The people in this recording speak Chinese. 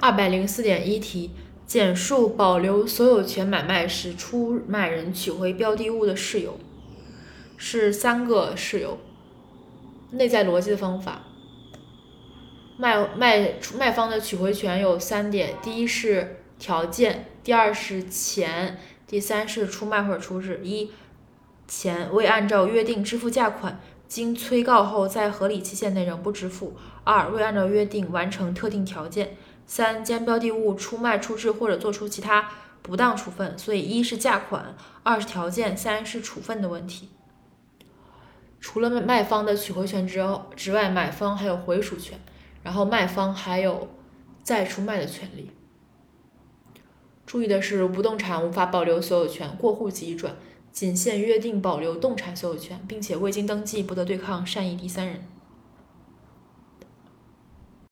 204.1题，简述保留所有权买卖时出卖人取回标的物的事由。是3个事由。内在逻辑的方法，卖方的取回权有3点：第一是条件，第二是钱，第三是出卖或者出示。一、钱未按照约定支付价款，经催告后在合理期限内仍不支付；二、未按照约定完成特定条件；三、将标的物出卖、出质或者做出其他不当处分。所以一是价款，二是条件，三是处分的问题。除了卖方的取回权之外，买方还有回属权，然后卖方还有再出卖的权利。注意的是，不动产无法保留所有权，过户即已转，仅限约定保留动产所有权，并且未经登记不得对抗善意第三人。